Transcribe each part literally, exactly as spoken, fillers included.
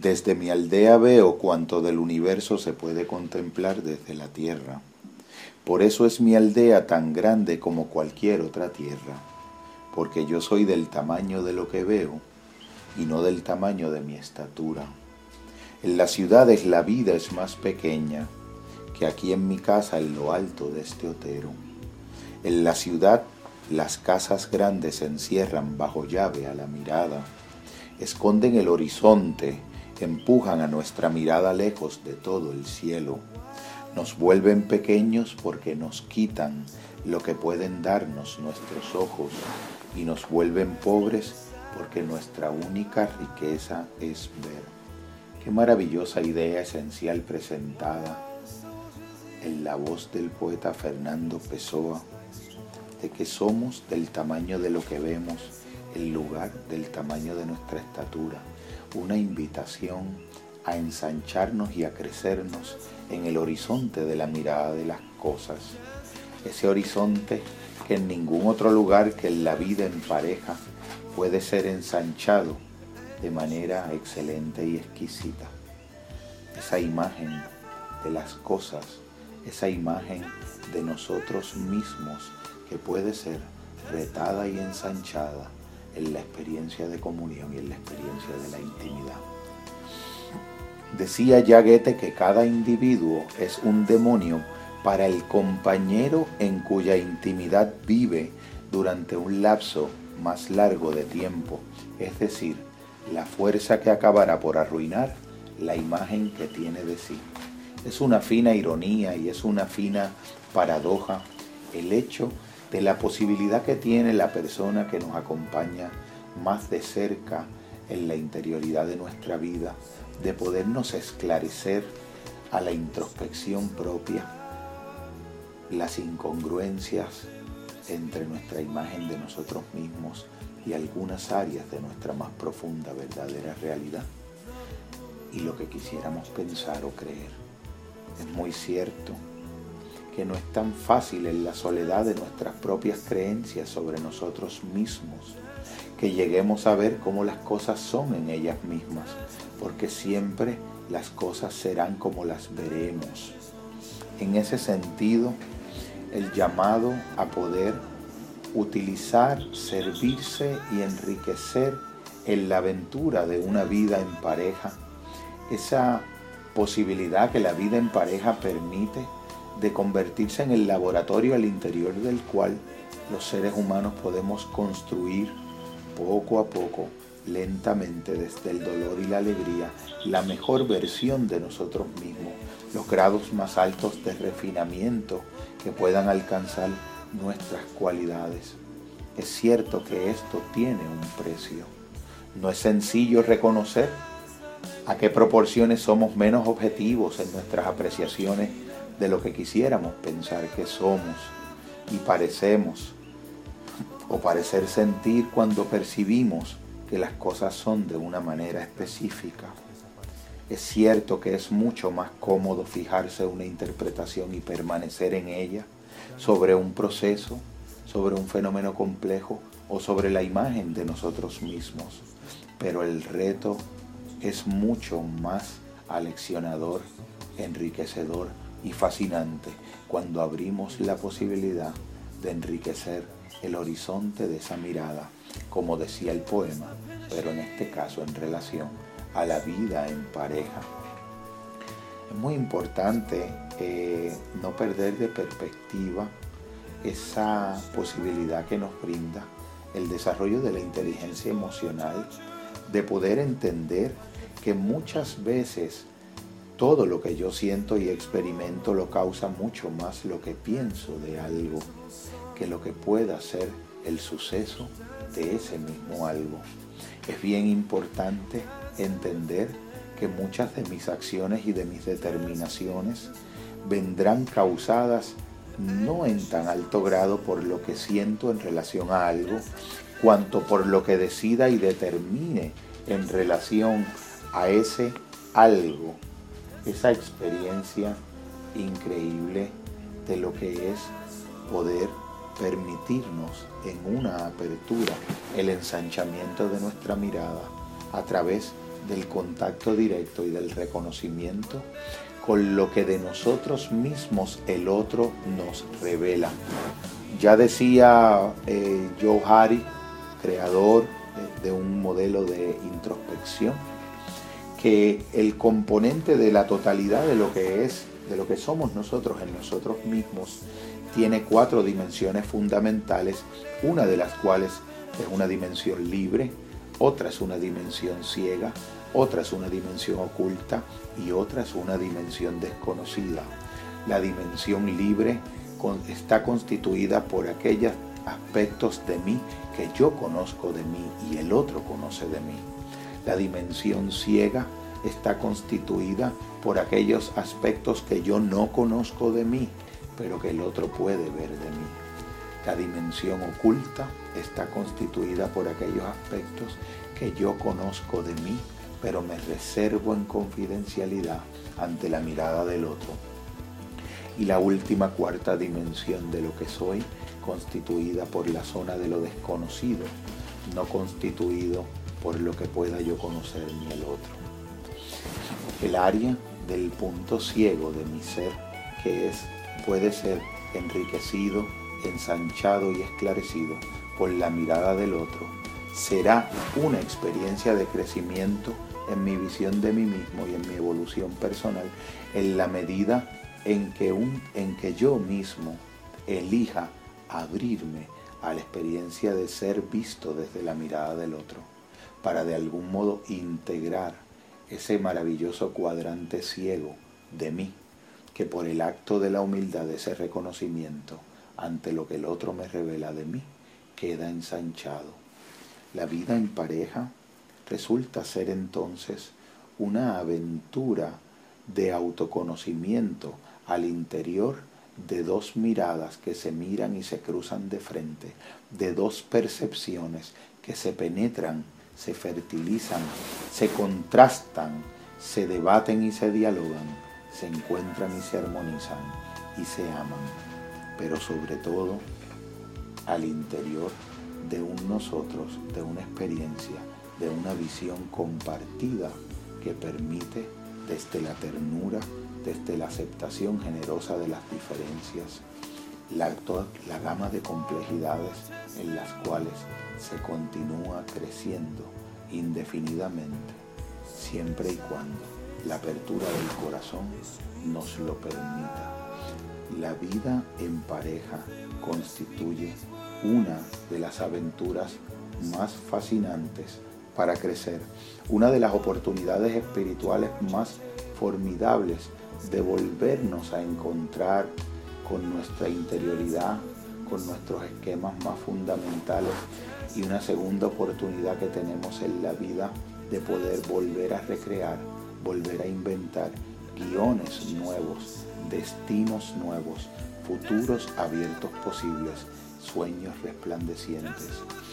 Desde mi aldea veo cuanto del universo se puede contemplar desde la tierra. Por eso es mi aldea tan grande como cualquier otra tierra, porque yo soy del tamaño de lo que veo y no del tamaño de mi estatura. En las ciudades la vida es más pequeña que aquí en mi casa en lo alto de este otero. En la ciudad las casas grandes se encierran bajo llave a la mirada, esconden el horizonte, empujan a nuestra mirada lejos de todo el cielo. Nos vuelven pequeños porque nos quitan lo que pueden darnos nuestros ojos y nos vuelven pobres porque nuestra única riqueza es ver. Qué maravillosa idea esencial presentada en la voz del poeta Fernando Pessoa, de que somos del tamaño de lo que vemos en lugar del tamaño de nuestra estatura. Una invitación a ensancharnos y a crecernos en el horizonte de la mirada de las cosas. Ese horizonte que en ningún otro lugar que en la vida en pareja puede ser ensanchado de manera excelente y exquisita. Esa imagen de las cosas, esa imagen de nosotros mismos que puede ser retada y ensanchada en la experiencia de comunión y en la experiencia de la intimidad. Decía ya Goethe que cada individuo es un demonio para el compañero en cuya intimidad vive durante un lapso más largo de tiempo, es decir, la fuerza que acabará por arruinar la imagen que tiene de sí. Es una fina ironía y es una fina paradoja el hecho de la posibilidad que tiene la persona que nos acompaña más de cerca en la interioridad de nuestra vida, de podernos esclarecer a la introspección propia las incongruencias entre nuestra imagen de nosotros mismos y algunas áreas de nuestra más profunda verdadera realidad y lo que quisiéramos pensar o creer. Es muy cierto que no es tan fácil en la soledad de nuestras propias creencias sobre nosotros mismos que lleguemos a ver cómo las cosas son en ellas mismas, porque siempre las cosas serán como las veremos. En ese sentido, el llamado a poder utilizar, servirse y enriquecer en la aventura de una vida en pareja, esa posibilidad que la vida en pareja permite de convertirse en el laboratorio al interior del cual los seres humanos podemos construir poco a poco, lentamente, desde el dolor y la alegría, la mejor versión de nosotros mismos, los grados más altos de refinamiento que puedan alcanzar nuestras cualidades. Es cierto que esto tiene un precio. No es sencillo reconocer a qué proporciones somos menos objetivos en nuestras apreciaciones de lo que quisiéramos pensar que somos y parecemos, o parecer sentir cuando percibimos que las cosas son de una manera específica. Es cierto que es mucho más cómodo fijarse una interpretación y permanecer en ella sobre un proceso, sobre un fenómeno complejo o sobre la imagen de nosotros mismos, pero el reto es mucho más aleccionador, enriquecedor y fascinante cuando abrimos la posibilidad de enriquecer el horizonte de esa mirada, como decía el poema, pero en este caso en relación a la vida en pareja. Es muy importante eh, no perder de perspectiva esa posibilidad que nos brinda el desarrollo de la inteligencia emocional, de poder entender que muchas veces todo lo que yo siento y experimento lo causa mucho más lo que pienso de algo que lo que pueda ser el suceso de ese mismo algo. Es bien importante entender que muchas de mis acciones y de mis determinaciones vendrán causadas no en tan alto grado por lo que siento en relación a algo, cuanto por lo que decida y determine en relación a ese algo, esa experiencia increíble de lo que es poder permitirnos en una apertura el ensanchamiento de nuestra mirada a través del contacto directo y del reconocimiento con lo que de nosotros mismos el otro nos revela. Ya decía eh, Joe Harry, creador de, de un modelo de introspección, que el componente de la totalidad de lo que es, de lo que somos nosotros en nosotros mismos, tiene cuatro dimensiones fundamentales, una de las cuales es una dimensión libre, otra es una dimensión ciega, otra es una dimensión oculta y otra es una dimensión desconocida. La dimensión libre está constituida por aquellos aspectos de mí que yo conozco de mí y el otro conoce de mí. La dimensión ciega está constituida por aquellos aspectos que yo no conozco de mí, pero que el otro puede ver de mí. La dimensión oculta está constituida por aquellos aspectos que yo conozco de mí, pero me reservo en confidencialidad ante la mirada del otro. Y la última cuarta dimensión de lo que soy, constituida por la zona de lo desconocido, no constituido por lo que pueda yo conocer ni el otro. El área del punto ciego de mi ser, que es, puede ser enriquecido, ensanchado y esclarecido por la mirada del otro, será una experiencia de crecimiento en mi visión de mí mismo y en mi evolución personal, en la medida en que, un, en que yo mismo elija abrirme a la experiencia de ser visto desde la mirada del otro, para de algún modo integrar ese maravilloso cuadrante ciego de mí, que por el acto de la humildad de ese reconocimiento ante lo que el otro me revela de mí, queda ensanchado. La vida en pareja resulta ser entonces una aventura de autoconocimiento al interior de dos miradas que se miran y se cruzan de frente, de dos percepciones que se penetran, se fertilizan, se contrastan, se debaten y se dialogan, se encuentran y se armonizan y se aman, pero sobre todo al interior de un nosotros, de una experiencia, de una visión compartida que permite desde la ternura, desde la aceptación generosa de las diferencias, la, toda, la gama de complejidades en las cuales se continúa creciendo indefinidamente, siempre y cuando la apertura del corazón nos lo permita. La vida en pareja constituye una de las aventuras más fascinantes para crecer, una de las oportunidades espirituales más formidables de volvernos a encontrar con nuestra interioridad, con nuestros esquemas más fundamentales, y una segunda oportunidad que tenemos en la vida de poder volver a recrear, volver a inventar guiones nuevos, destinos nuevos, futuros abiertos posibles, sueños resplandecientes.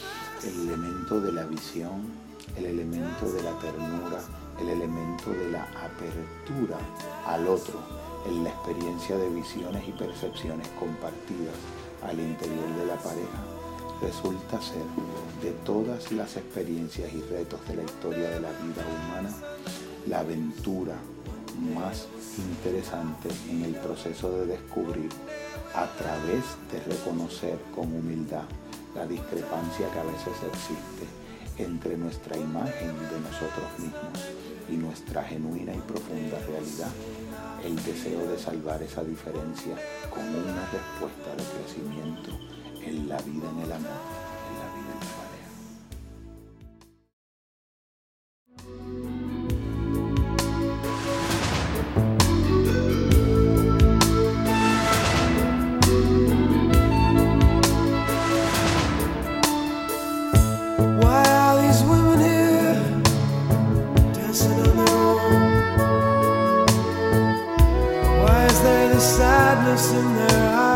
El elemento de la visión, el elemento de la ternura, el elemento de la apertura al otro en la experiencia de visiones y percepciones compartidas al interior de la pareja, resulta ser de todas las experiencias y retos de la historia de la vida humana la aventura más interesante en el proceso de descubrir, a través de reconocer con humildad la discrepancia que a veces existe entre nuestra imagen de nosotros mismos y nuestra genuina y profunda realidad, el deseo de salvar esa diferencia con una respuesta de crecimiento en la vida, en el amor, en la vida en la pareja. Sadness in their eyes.